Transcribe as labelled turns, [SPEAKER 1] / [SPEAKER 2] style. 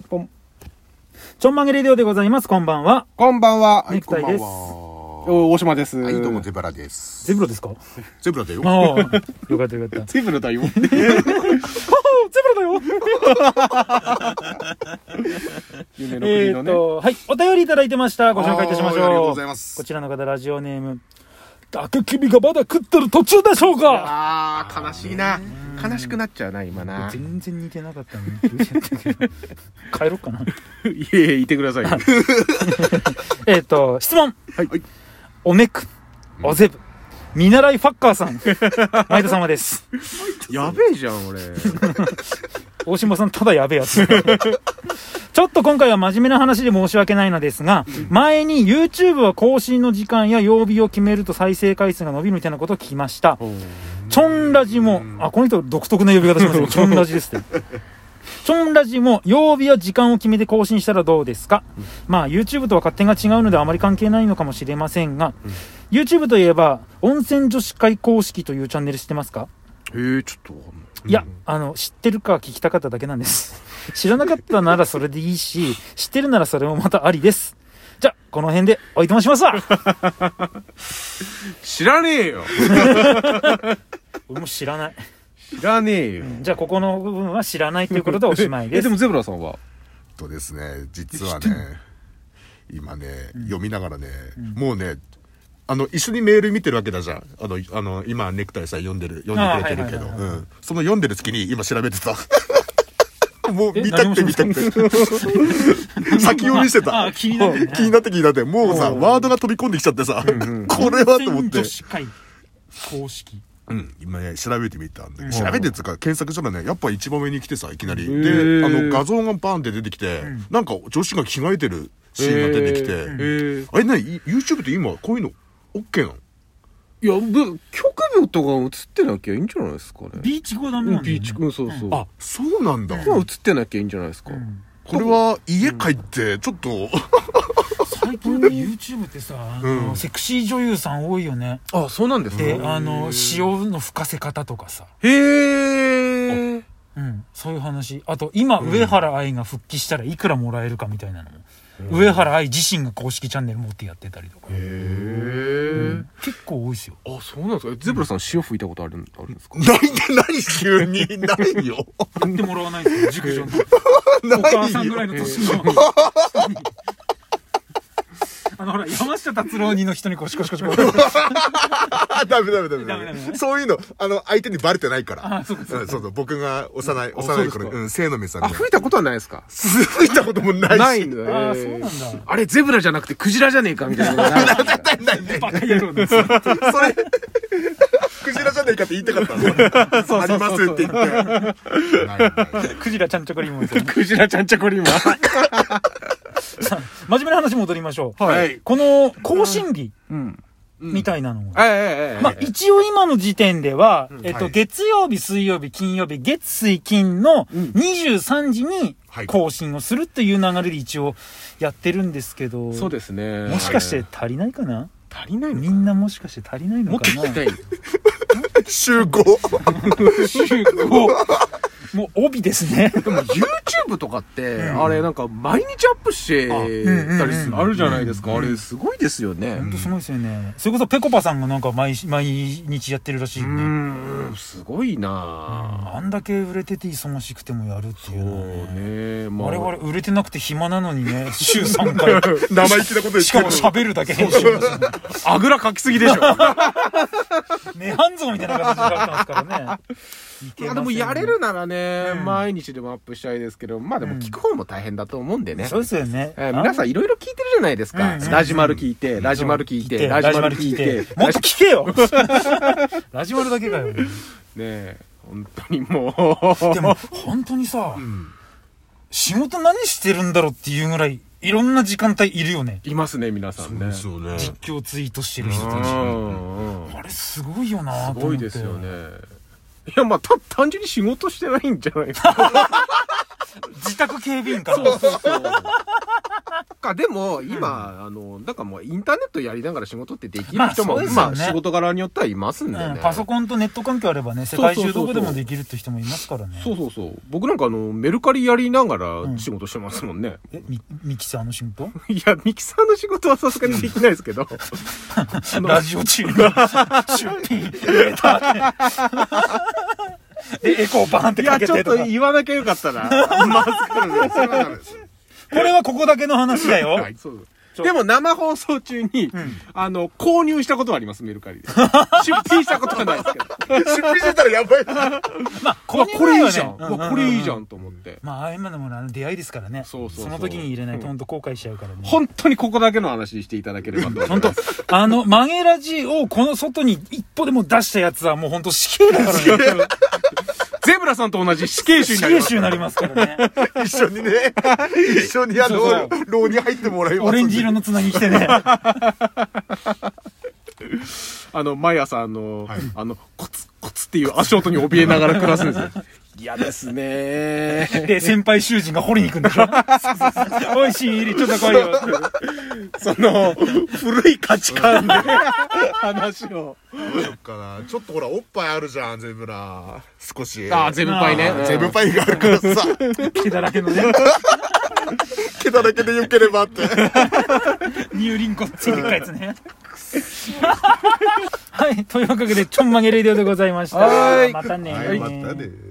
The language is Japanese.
[SPEAKER 1] ポン。ちょんまげレディオでございます。こんばんは。
[SPEAKER 2] こんばんは。
[SPEAKER 1] ネクタイです。
[SPEAKER 2] 大島です。
[SPEAKER 3] はい、どうもゼブラです。
[SPEAKER 1] ゼブラですか？
[SPEAKER 3] ゼブラだよ。
[SPEAKER 1] ああ、よかったよかった。
[SPEAKER 2] ゼブラだよ。
[SPEAKER 1] ゼブラだよ。
[SPEAKER 2] 夢の国のね。
[SPEAKER 1] はい、お便りいただいてました。ご紹介いたしましょう。
[SPEAKER 3] ありがとうございます。
[SPEAKER 1] こちらの方、ラジオネーム。君がまだ食ってる途中でしょうか？
[SPEAKER 2] ああ、悲しいな。悲しくなっちゃうな、今な。
[SPEAKER 1] 全然似てなかったのに。帰ろっかな。
[SPEAKER 2] いえ、いてください。
[SPEAKER 1] 質問。
[SPEAKER 2] はい。
[SPEAKER 1] おねく、おぜぶ、見習いファッカーさん、前田様です。
[SPEAKER 2] やべえじゃん、俺。
[SPEAKER 1] 大島さん、ただやべえやつ。ちょっと今回は真面目な話で申し訳ないのですが、前に YouTube は更新の時間や曜日を決めると再生回数が伸びるみたいなことを聞きました。チョンラジも、この人独特な呼び方しますね。チョンラジですって。チョンラジも曜日や時間を決めて更新したらどうですか？YouTube とは勝手が違うのであまり関係ないのかもしれませんが、YouTube といえば温泉女子会公式というチャンネル知ってますか？
[SPEAKER 2] ちょっとわかんない。
[SPEAKER 1] いや、知ってるか聞きたかっただけなんです。知らなかったならそれでいいし、知ってるならそれもまたありです。じゃ、この辺でおいとましますわ。
[SPEAKER 2] 知らねえよ。
[SPEAKER 1] 俺も知らない。
[SPEAKER 2] 知らねえよ。
[SPEAKER 1] じゃあここの部分は知らないということでおしまいです。
[SPEAKER 2] でもゼブラさんは
[SPEAKER 3] ですね、実はね、今ね、読みながらね、もうね、一緒にメール見てるわけだじゃん。今、ネクタイさん読んでくれてるけど、その読んでる月に今調べてた。もう見たくて。先読みしてた。気になって。もうさ、ワードが飛び込んできちゃってさ、これはと思って。
[SPEAKER 1] 女子会公式。
[SPEAKER 3] 今ね、調べてみたんだけど、調べてつか検索したらね、やっぱ一番上に来てさ、いきなり。で、画像がバーンって出てきて、なんか女子が着替えてるシーンが出てきて、あれ何 YouTube って今こういうの OK なの？
[SPEAKER 2] いや、局部とか映ってなきゃいいんじゃないですかね。
[SPEAKER 1] ビーチ語ダメなんだよね。
[SPEAKER 2] ビーチ語、そうそう。
[SPEAKER 3] あ、そうなんだ。
[SPEAKER 2] 映ってなきゃいいんじゃないですか。
[SPEAKER 3] これは家帰ってちょっと
[SPEAKER 1] 最近の YouTube ってさ、セクシー女優さん多いよね。
[SPEAKER 2] あ、そうなんですか。
[SPEAKER 1] で、塩の吹かせ方とかさ。
[SPEAKER 2] へえ。
[SPEAKER 1] そういう話。あと、今、上原愛が復帰したらいくらもらえるかみたいなのも。上原愛自身が公式チャンネル持ってやってたりとか。結構多いですよ。
[SPEAKER 2] あ、そうなんですか。ゼブラさん塩吹いたことあるんですか？
[SPEAKER 3] 何急にないよ。
[SPEAKER 1] やってもらわないですよ、熟女の。お母さんぐらいの年の。ほら、山下達郎にの人にコシコシ。ダメ。
[SPEAKER 3] そういうの、相手にバレてないから。
[SPEAKER 1] そう。
[SPEAKER 3] 僕が幼い頃、清野美さん。
[SPEAKER 2] 吹いたことはないですか？
[SPEAKER 3] 吹いたこともないし。
[SPEAKER 2] ないんだ。
[SPEAKER 1] そうなんだ。
[SPEAKER 2] あれ、ゼブラじゃなくてクジラじゃねえかみたいな。
[SPEAKER 3] ない。
[SPEAKER 1] バカ野郎です。
[SPEAKER 3] それ、クジラじゃねえかって言いたかったの。ありますって言って。
[SPEAKER 1] クジラちゃんちょこりもですよね。
[SPEAKER 2] クジラちゃんちゃこりも。
[SPEAKER 1] 真面目な話戻りましょう。
[SPEAKER 2] はい。
[SPEAKER 1] この更新日みたいなのを。一応今の時点では、月曜日、水曜日、金曜日、月水金の23時に更新をするっていう流れで一応やってるんですけど。
[SPEAKER 2] そうですね。
[SPEAKER 1] もしかして足りないかな？
[SPEAKER 2] 足りないの？
[SPEAKER 1] みんなもしかして足りないのかな？
[SPEAKER 2] もっと聞きたい。
[SPEAKER 3] 集合。
[SPEAKER 1] もう帯ですね。
[SPEAKER 2] でも YouTube とかって、あれなんか毎日アップしてたりする、あるじゃないですか。あれすごいですよね。
[SPEAKER 1] ほんとすごいですよね。それこそぺこぱさんがなんか毎日やってるらしいよね。
[SPEAKER 2] すごいな
[SPEAKER 1] あんだけ売れてて忙しくてもやるっていうのは
[SPEAKER 2] ね。
[SPEAKER 1] 我々売れてなくて暇なのにね、週3回。
[SPEAKER 3] 生意気なこと言ってる。
[SPEAKER 1] しかも喋るだけ編集だしね。
[SPEAKER 2] あぐらかきすぎでしょ。
[SPEAKER 1] 涅槃像みたいな形になってますからね。
[SPEAKER 2] でもやれるならね、毎日でもアップしたいですけど、でも聞く方も大変だと思うんでね。
[SPEAKER 1] そうですよね。
[SPEAKER 2] 皆さんいろいろ聞いてるじゃないですか。ラジマル聞いて、ラジマル聞いて、ラジマル聞いて。
[SPEAKER 1] もっと聞けよ。ラジマルだけかよ。ね
[SPEAKER 2] え、本当にもう。
[SPEAKER 1] でも本当にさ、仕事何してるんだろうっていうぐらいいろんな時間帯いるよね。
[SPEAKER 2] いますね、皆さんね。
[SPEAKER 3] そうね。
[SPEAKER 1] 実況ツイートしてる人たち。あれすごいよなと思って。すごいですよね。
[SPEAKER 2] いや、単純に仕事してないんじゃないか。
[SPEAKER 1] 自宅警備員かな。
[SPEAKER 2] か、でも、今、だからもうインターネットやりながら仕事ってできる人も、
[SPEAKER 1] まあ
[SPEAKER 2] 仕事柄によってはいますんでね。
[SPEAKER 1] パソコンとネット環境あればね、世界中どこでもできるって人もいますからね。
[SPEAKER 2] そう。僕なんかメルカリやりながら仕事してますもんね。
[SPEAKER 1] ミキサーの仕事
[SPEAKER 2] いや、ミキサーの仕事はさすがにできないですけど。
[SPEAKER 1] ラジオ中に出品入れたで、エコーバーンってかけてとか。
[SPEAKER 2] いや、ちょっと言わなきゃよかったな。まず
[SPEAKER 1] これはここだけの話だよ。
[SPEAKER 2] はい、そうでも生放送中に、購入したことはあります、メルカリで。出品したことはないですけど。
[SPEAKER 3] 出品してたらやばいな。
[SPEAKER 1] まあ、
[SPEAKER 2] これいいじゃん。これいいじゃんと思って。
[SPEAKER 1] まあ、今でも出会いですからね。
[SPEAKER 2] そう。
[SPEAKER 1] その時に入れないと本当後悔しちゃうからね。
[SPEAKER 2] 本当にここだけの話していただければと思います。
[SPEAKER 1] 本当マゲラジをこの外に一歩でも出したやつはもう本当死刑だからね。
[SPEAKER 2] ゼブラさんと同じ死刑囚になります。
[SPEAKER 1] 死刑囚になりますからね。
[SPEAKER 3] 一緒にね、一緒に牢に入ってもらいます。
[SPEAKER 1] オレンジ色のつなぎ着てね。
[SPEAKER 2] 毎朝コツコツっていう足音に怯えながら暮らすんですよ。嫌ですね
[SPEAKER 1] で、先輩囚人が掘りに行くんでしょ。おいしい、ちょっと来いよ。
[SPEAKER 2] その、古い価値観で話を。
[SPEAKER 3] そっかな。ちょっとほら、おっぱいあるじゃん、ゼブラ。少し。
[SPEAKER 2] ゼブパイね。
[SPEAKER 3] ゼブパイがあるからさ。
[SPEAKER 1] 毛だらけのね。
[SPEAKER 3] 毛だらけでよければって。
[SPEAKER 1] 乳輪骨ついてるやつね。はい。というわけで、ちょんまげレディオでございました。
[SPEAKER 2] はい。
[SPEAKER 1] またね。
[SPEAKER 3] はい、またね。